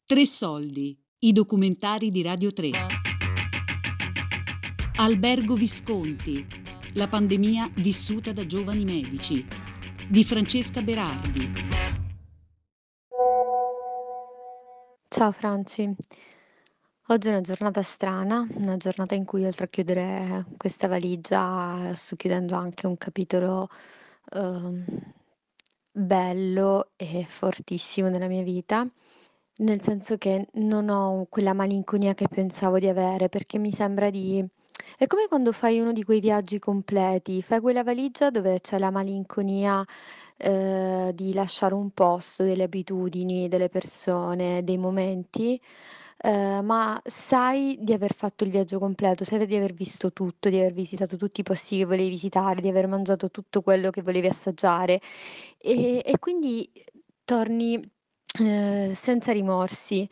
Tre soldi, i documentari di Radio 3. Albergo Visconti, la pandemia vissuta da giovani medici, di Francesca Berardi. Ciao Franci, oggi è una giornata strana, una giornata in cui oltre a chiudere questa valigia sto chiudendo anche un capitolo ehm, bello e fortissimo nella mia vita, nel senso che non ho quella malinconia che pensavo di avere, perché mi sembra di... È come quando fai uno di quei viaggi completi, fai quella valigia dove c'è la malinconia di lasciare un posto, delle abitudini, delle persone, dei momenti, ma sai di aver fatto il viaggio completo, sai di aver visto tutto, di aver visitato tutti i posti che volevi visitare, di aver mangiato tutto quello che volevi assaggiare e quindi torni senza rimorsi.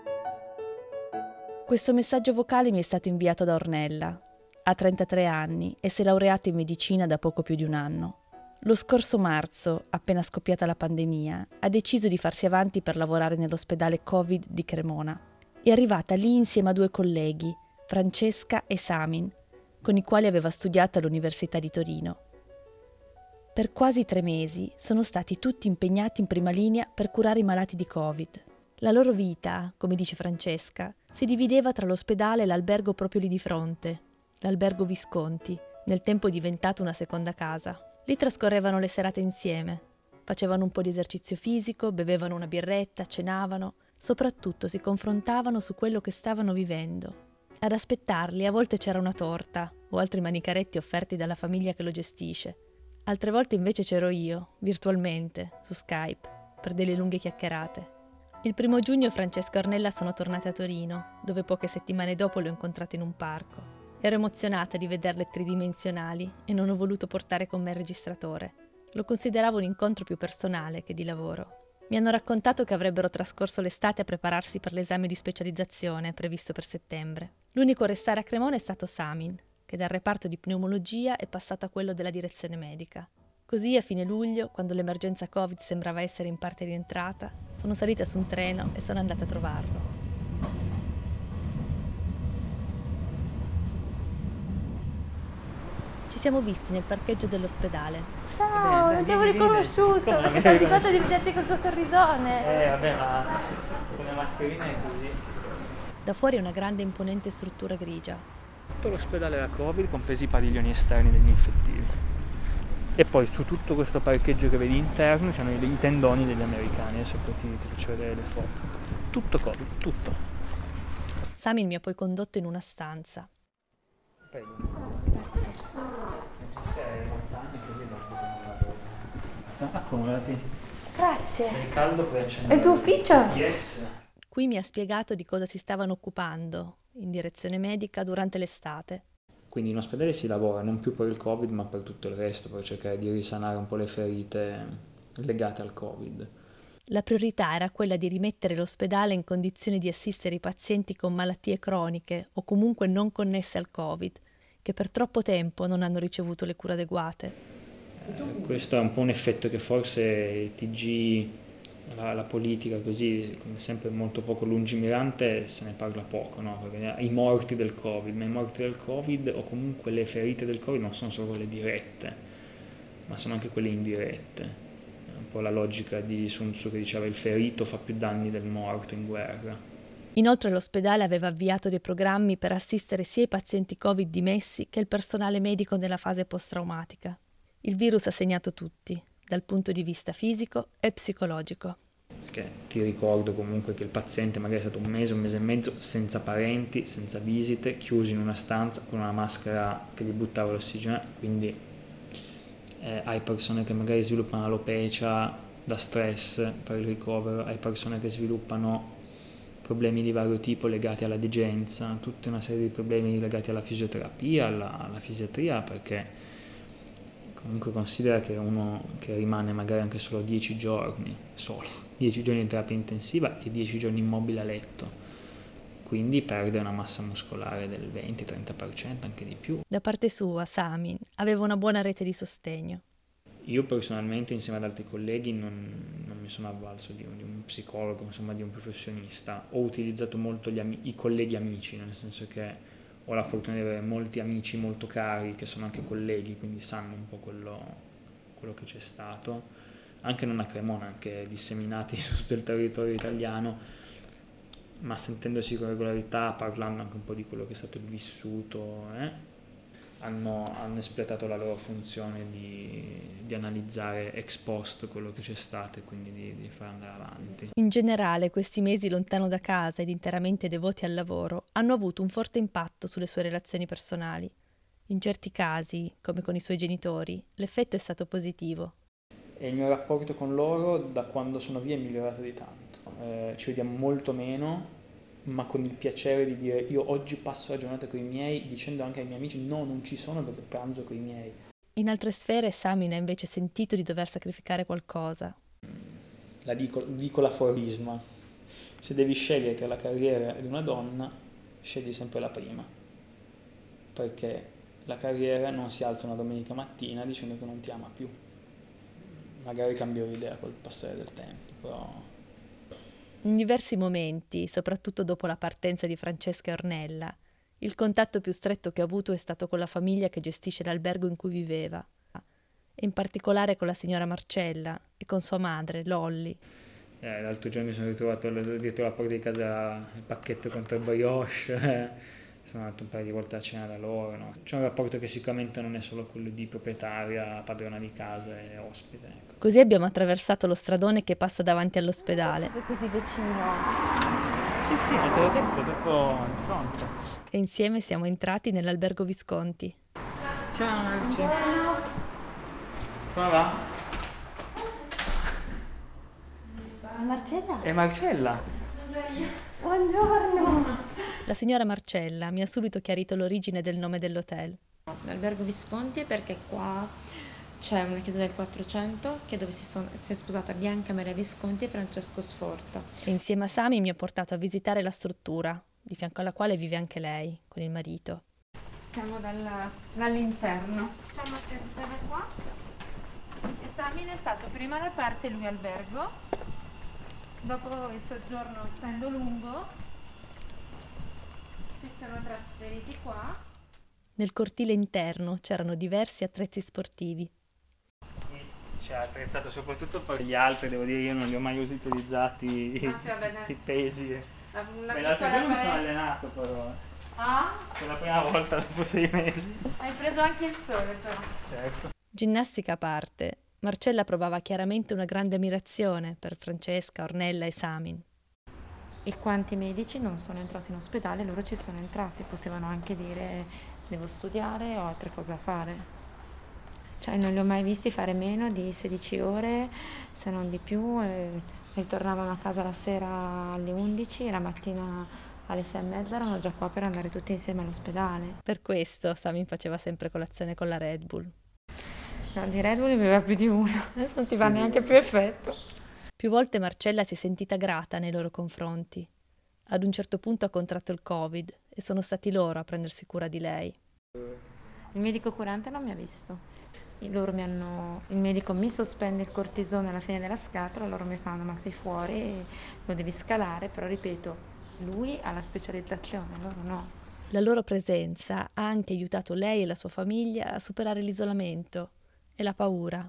Questo messaggio vocale mi è stato inviato da Ornella. Ha 33 anni e si è laureata in medicina da poco più di un anno. Lo scorso marzo, appena scoppiata la pandemia, ha deciso di farsi avanti per lavorare nell'ospedale Covid di Cremona. È arrivata lì insieme a due colleghi, Francesca e Samin, con i quali aveva studiato all'Università di Torino. Per quasi 3 mesi sono stati tutti impegnati in prima linea per curare i malati di Covid. La loro vita, come dice Francesca, si divideva tra l'ospedale e l'albergo proprio lì di fronte, l'albergo Visconti, nel tempo diventato una seconda casa. Lì trascorrevano le serate insieme, facevano un po' di esercizio fisico, bevevano una birretta, cenavano, soprattutto si confrontavano su quello che stavano vivendo. Ad aspettarli a volte c'era una torta o altri manicaretti offerti dalla famiglia che lo gestisce. Altre volte invece c'ero io, virtualmente, su Skype, per delle lunghe chiacchierate. Il 1° giugno Francesca e Ornella sono tornate a Torino, dove poche settimane dopo le ho incontrate in un parco. Ero emozionata di vederle tridimensionali e non ho voluto portare con me il registratore. Lo consideravo un incontro più personale che di lavoro. Mi hanno raccontato che avrebbero trascorso l'estate a prepararsi per l'esame di specializzazione previsto per settembre. L'unico a restare a Cremona è stato Samin, che dal reparto di pneumologia è passato a quello della direzione medica. Così a fine luglio, quando l'emergenza Covid sembrava essere in parte rientrata, sono salita su un treno e sono andata a trovarlo. Ci siamo visti nel parcheggio dell'ospedale. Ciao, non ti avevo riconosciuto, mi sono ricordata di vederti col tuo sorrisone. Vabbè, ma con le mascherine è così. Da fuori è una grande e imponente struttura grigia. Tutto l'ospedale era Covid, compresi i padiglioni esterni degli infettivi. E poi su tutto questo parcheggio che vedi interno c'erano i tendoni degli americani, adesso poi ti faccio vedere le foto. Tutto Covid, tutto. Samin mi ha poi condotto in una stanza. Prego. Francesca è lontana così dopo. Accomodati. Grazie. Se è caldo puoi accendere. È il tuo ufficio? Yes. Qui mi ha spiegato di cosa si stavano occupando in direzione medica durante l'estate. Quindi in ospedale si lavora non più per il Covid ma per tutto il resto, per cercare di risanare un po' le ferite legate al Covid. La priorità era quella di rimettere l'ospedale in condizione di assistere i pazienti con malattie croniche o comunque non connesse al Covid, che per troppo tempo non hanno ricevuto le cure adeguate. Questo è un po' un effetto che forse il TG, la politica così, come sempre molto poco lungimirante, se ne parla poco, no? Perché i morti del Covid, ma i morti del Covid o comunque le ferite del Covid non sono solo quelle dirette, ma sono anche quelle indirette. È un po' la logica di Sun Tzu che diceva il ferito fa più danni del morto in guerra. Inoltre l'ospedale aveva avviato dei programmi per assistere sia i pazienti Covid dimessi che il personale medico nella fase post-traumatica. Il virus ha segnato tutti, dal punto di vista fisico e psicologico. Perché ti ricordo comunque che il paziente magari è stato un mese e mezzo senza parenti, senza visite, chiuso in una stanza con una maschera che gli buttava l'ossigeno, quindi hai persone che magari sviluppano alopecia da stress per il ricovero, hai persone che sviluppano problemi di vario tipo legati alla degenza, tutta una serie di problemi legati alla fisioterapia, alla fisiatria, perché comunque considera che uno che rimane magari anche solo 10 giorni, 10 giorni di terapia intensiva e 10 giorni immobile a letto, quindi perde una massa muscolare del 20-30%, anche di più. Da parte sua, Samin aveva una buona rete di sostegno. Io personalmente insieme ad altri colleghi non mi sono avvalso di un psicologo, insomma di un professionista. Ho utilizzato molto i colleghi amici, nel senso che ho la fortuna di avere molti amici molto cari che sono anche colleghi, quindi sanno un po' quello che c'è stato, anche non a Cremona, anche disseminati su tutto il territorio italiano, ma sentendosi con regolarità, parlando anche un po' di quello che è stato il vissuto, hanno espletato la loro funzione di analizzare ex post quello che c'è stato e quindi di far andare avanti. In generale, questi mesi lontano da casa ed interamente devoti al lavoro hanno avuto un forte impatto sulle sue relazioni personali. In certi casi, come con i suoi genitori, l'effetto è stato positivo. E il mio rapporto con loro da quando sono via è migliorato di tanto. Ci vediamo molto meno, ma con il piacere di dire io oggi passo la giornata con i miei, dicendo anche ai miei amici no, non ci sono perché pranzo con i miei. In altre sfere Samin ha invece sentito di dover sacrificare qualcosa. Dico l'aforisma: se devi scegliere tra la carriera di una donna, scegli sempre la prima, perché la carriera non si alza una domenica mattina dicendo che non ti ama più. Magari cambio idea col passare del tempo, però... In diversi momenti, soprattutto dopo la partenza di Francesca e Ornella, il contatto più stretto che ho avuto è stato con la famiglia che gestisce l'albergo in cui viveva, e in particolare con la signora Marcella e con sua madre, Lolli. L'altro giorno mi sono ritrovato dietro la porta di casa il pacchetto contro il brioche, sono andato un paio di volte a cena da loro, no? C'è un rapporto che sicuramente non è solo quello di proprietaria, padrona di casa e ospite. Ecco. Così abbiamo attraversato lo stradone che passa davanti all'ospedale. Sei così vicino. Sì, te l'ho detto, dopo in fronte. E insieme siamo entrati nell'albergo Visconti. Ciao Marcella. Come va? Marcella? È Marcella. Buongiorno. La signora Marcella mi ha subito chiarito l'origine del nome dell'hotel. L'albergo Visconti perché qua c'è una chiesa del 400 che dove si è sposata Bianca Maria Visconti e Francesco Sforza. E insieme a Sami mi ha portato a visitare la struttura, di fianco alla quale vive anche lei, con il marito. Siamo dall'interno. Facciamo entrare qua. E Samin è stato prima da parte lui albergo, dopo il soggiorno essendo lungo si sono trasferiti qua. Nel cortile interno c'erano diversi attrezzi sportivi. Ci ha attrezzato soprattutto per gli altri, devo dire, io non li ho mai utilizzati i pesi. L'altro giorno mi sono allenato però. Ah? Per la prima volta dopo 6 mesi. Hai preso anche il sole però. Certo. Ginnastica a parte, Marcella provava chiaramente una grande ammirazione per Francesca, Ornella e Samin. E quanti medici non sono entrati in ospedale, loro ci sono entrati, potevano anche dire devo studiare o altre cose da fare. Cioè non li ho mai visti fare meno di 16 ore, se non di più, e ritornavano a casa la sera alle 11 e la mattina alle 6:30 erano già qua per andare tutti insieme all'ospedale. Per questo Samin faceva sempre colazione con la Red Bull. No, di Red Bull ne beveva più di uno, adesso non ti fa neanche più effetto. Più volte Marcella si è sentita grata nei loro confronti. Ad un certo punto ha contratto il Covid e sono stati loro a prendersi cura di lei. Il medico curante non mi ha visto. Il medico mi sospende il cortisone alla fine della scatola, loro mi fanno ma sei fuori, lo devi scalare, però ripeto, lui ha la specializzazione, loro no. La loro presenza ha anche aiutato lei e la sua famiglia a superare l'isolamento e la paura.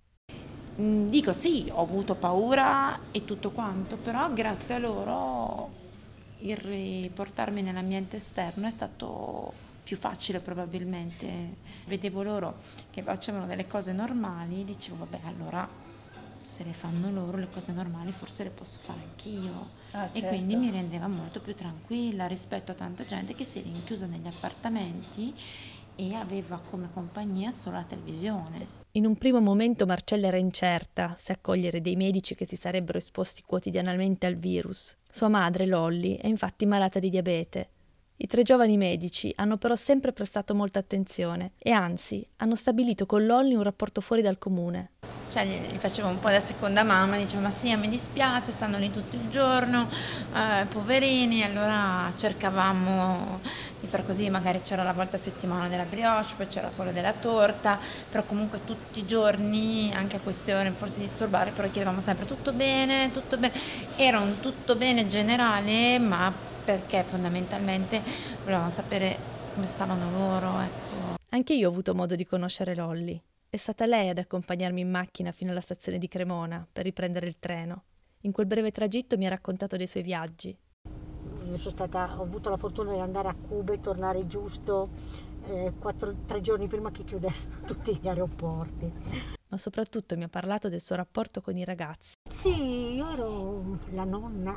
Dico sì, ho avuto paura e tutto quanto, però grazie a loro il riportarmi nell'ambiente esterno è stato più facile probabilmente. Vedevo loro che facevano delle cose normali, dicevo vabbè allora se le fanno loro le cose normali forse le posso fare anch'io. Certo. E quindi mi rendeva molto più tranquilla rispetto a tanta gente che si è rinchiusa negli appartamenti e aveva come compagnia solo la televisione. In un primo momento Marcella era incerta se accogliere dei medici che si sarebbero esposti quotidianamente al virus. Sua madre, Lolli, è infatti malata di diabete. I 3 giovani medici hanno però sempre prestato molta attenzione e anzi hanno stabilito con Lolli un rapporto fuori dal comune. Cioè gli facevo un po' da seconda mamma, diceva ma sì, mi dispiace, stanno lì tutto il giorno, poverini, allora cercavamo di far così, magari c'era la volta a settimana della brioche, poi c'era quello della torta, però comunque tutti i giorni, anche a questione forse di disturbare, però chiedevamo sempre tutto bene, era un tutto bene generale, ma perché fondamentalmente volevamo sapere come stavano loro, ecco. Anche io ho avuto modo di conoscere Lolli. È stata lei ad accompagnarmi in macchina fino alla stazione di Cremona per riprendere il treno. In quel breve tragitto mi ha raccontato dei suoi viaggi. Ho avuto la fortuna di andare a Cuba e tornare giusto 3 giorni prima che chiudessero tutti gli aeroporti. Ma soprattutto mi ha parlato del suo rapporto con i ragazzi. Sì, io ero la nonna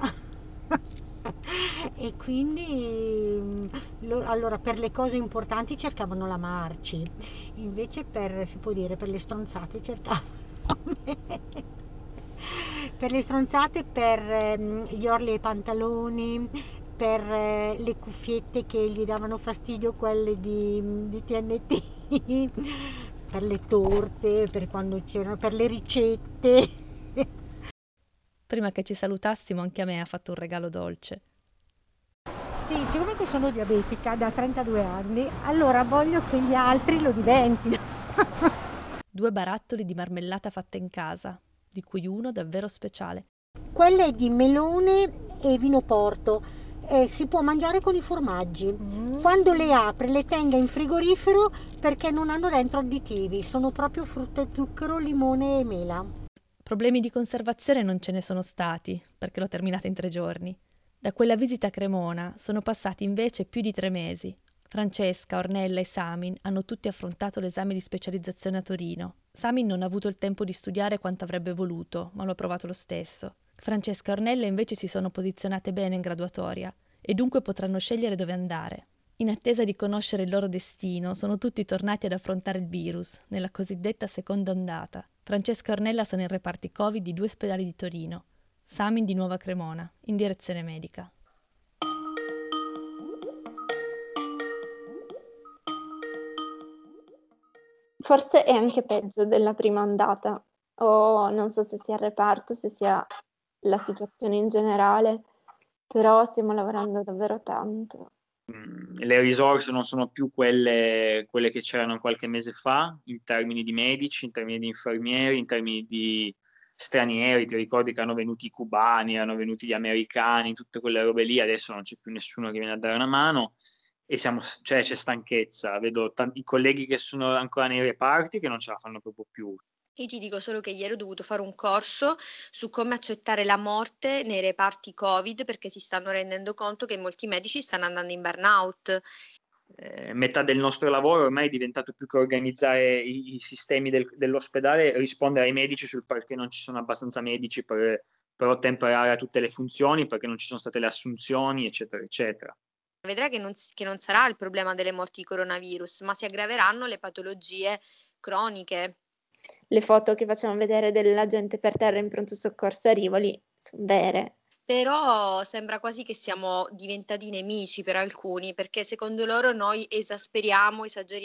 e quindi allora per le cose importanti cercavano la Marci, invece si può dire, per le stronzate cercavano me. Per le stronzate, per gli orli ai pantaloni, per le cuffiette che gli davano fastidio, quelle di TNT, per le torte, per quando c'erano, per le ricette. Prima che ci salutassimo anche a me ha fatto un regalo dolce. Sì, siccome che sono diabetica da 32 anni, allora voglio che gli altri lo diventino. 2 barattoli di marmellata fatta in casa, di cui uno davvero speciale. Quella è di melone e vino porto. Si può mangiare con i formaggi. Quando le apre le tenga in frigorifero perché non hanno dentro additivi, sono proprio frutta e zucchero, limone e mela. Problemi di conservazione non ce ne sono stati, perché l'ho terminata in 3 giorni. Da quella visita a Cremona sono passati invece più di 3 mesi. Francesca, Ornella e Samin hanno tutti affrontato l'esame di specializzazione a Torino. Samin non ha avuto il tempo di studiare quanto avrebbe voluto, ma lo ha provato lo stesso. Francesca e Ornella invece si sono posizionate bene in graduatoria e dunque potranno scegliere dove andare. In attesa di conoscere il loro destino, sono tutti tornati ad affrontare il virus, nella cosiddetta seconda ondata. Francesca e Ornella sono in reparti Covid di 2 ospedali di Torino. Samin di nuovo a Cremona, in direzione medica. Forse è anche peggio della prima ondata, o non so se sia il reparto, se sia la situazione in generale, però stiamo lavorando davvero tanto. Le risorse non sono più quelle che c'erano qualche mese fa, in termini di medici, in termini di infermieri, in termini di stranieri. Ti ricordi che erano venuti i cubani, erano venuti gli americani, tutte quelle robe lì, adesso non c'è più nessuno che viene a dare una mano e c'è stanchezza. Vedo tanti colleghi che sono ancora nei reparti che non ce la fanno proprio più. Io ti dico solo che ieri ho dovuto fare un corso su come accettare la morte nei reparti Covid perché si stanno rendendo conto che molti medici stanno andando in burnout. Metà del nostro lavoro ormai è diventato più che organizzare i sistemi dell'ospedale, rispondere ai medici sul perché non ci sono abbastanza medici per ottemperare a tutte le funzioni, perché non ci sono state le assunzioni, eccetera, eccetera. Vedrai che non sarà il problema delle morti di coronavirus, ma si aggraveranno le patologie croniche. Le foto che facciamo vedere della gente per terra in pronto soccorso a Rivoli sono vere. Però sembra quasi che siamo diventati nemici per alcuni, perché secondo loro noi esageriamo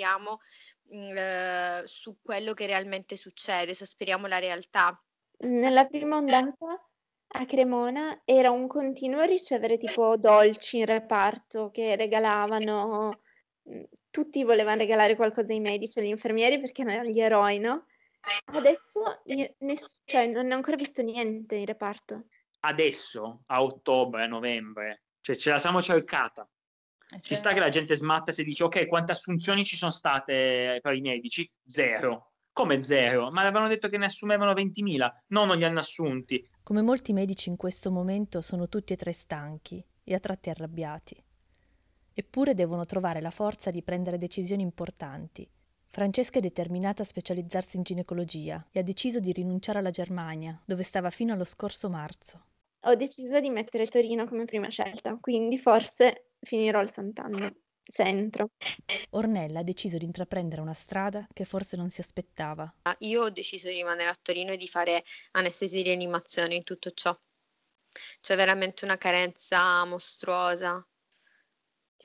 su quello che realmente succede, esasperiamo la realtà. Nella prima ondata a Cremona era un continuo ricevere tipo dolci in reparto che regalavano, tutti volevano regalare qualcosa ai medici e agli infermieri perché erano gli eroi, no? Adesso cioè, non ho ancora visto niente in reparto. Adesso, a ottobre, a novembre, cioè ce la siamo cercata. Ci sta che la gente smatta se dice ok, quante assunzioni ci sono state per i medici? 0. Come 0? Ma avevano detto che ne assumevano 20.000. No, non li hanno assunti. Come molti medici in questo momento sono tutti e 3 stanchi e a tratti arrabbiati. Eppure devono trovare la forza di prendere decisioni importanti. Francesca è determinata a specializzarsi in ginecologia e ha deciso di rinunciare alla Germania, dove stava fino allo scorso marzo. Ho deciso di mettere Torino come prima scelta, quindi forse finirò al Sant'Anna, se entro. Ornella ha deciso di intraprendere una strada che forse non si aspettava. Io ho deciso di rimanere a Torino e di fare anestesia e rianimazione in tutto ciò. C'è veramente una carenza mostruosa.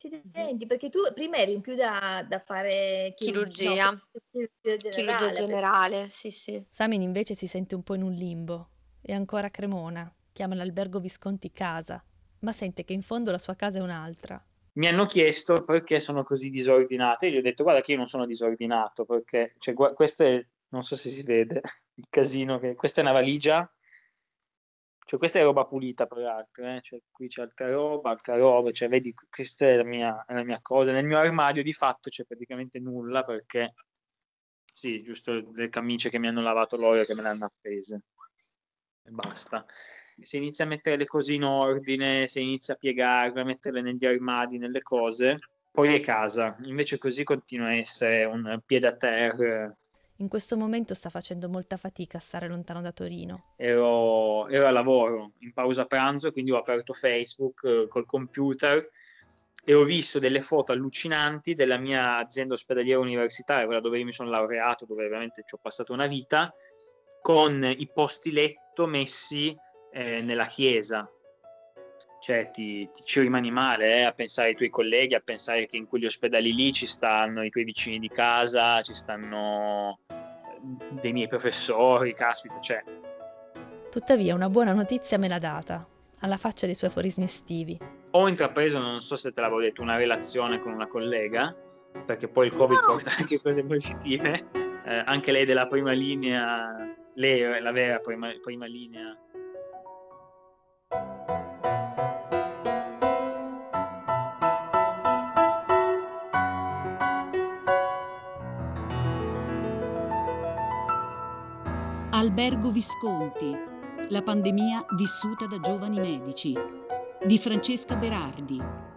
Accidenti, perché tu prima eri in più da fare Chirurgia. chirurgia Chirurgia generale, sì, sì. Samin invece si sente un po' in un limbo. È ancora a Cremona, chiama l'albergo Visconti casa, ma sente che in fondo la sua casa è un'altra. Mi hanno chiesto perché sono così disordinato. Io gli ho detto, guarda che io non sono disordinato, perché cioè, questo è, non so se si vede il casino, che questa è una valigia, cioè questa è roba pulita peraltro, cioè, qui c'è altra roba, cioè vedi, questa è la mia cosa. Nel mio armadio di fatto c'è praticamente nulla, perché sì, giusto le camicie che mi hanno lavato loro e che me le hanno appese. E basta. Se inizia a mettere le cose in ordine, se inizia a piegarle, a metterle negli armadi, nelle cose, poi è casa. Invece così continua a essere un piede a terra. In questo momento sta facendo molta fatica a stare lontano da Torino. Ero a lavoro, in pausa pranzo, quindi ho aperto Facebook col computer e ho visto delle foto allucinanti della mia azienda ospedaliera universitaria, quella dove io mi sono laureato, dove veramente ci ho passato una vita, con i posti letto messi nella chiesa. Cioè ci rimani male a pensare ai tuoi colleghi, a pensare che in quegli ospedali lì ci stanno i tuoi vicini di casa, ci stanno dei miei professori, caspita, cioè. Tuttavia una buona notizia me l'ha data, alla faccia dei suoi aforismi estivi. Ho intrapreso, non so se te l'avevo detto, una relazione con una collega, perché poi il Covid porta anche cose positive, anche lei della prima linea, lei è la vera prima linea. Albergo Visconti, la pandemia vissuta da giovani medici, di Francesca Berardi,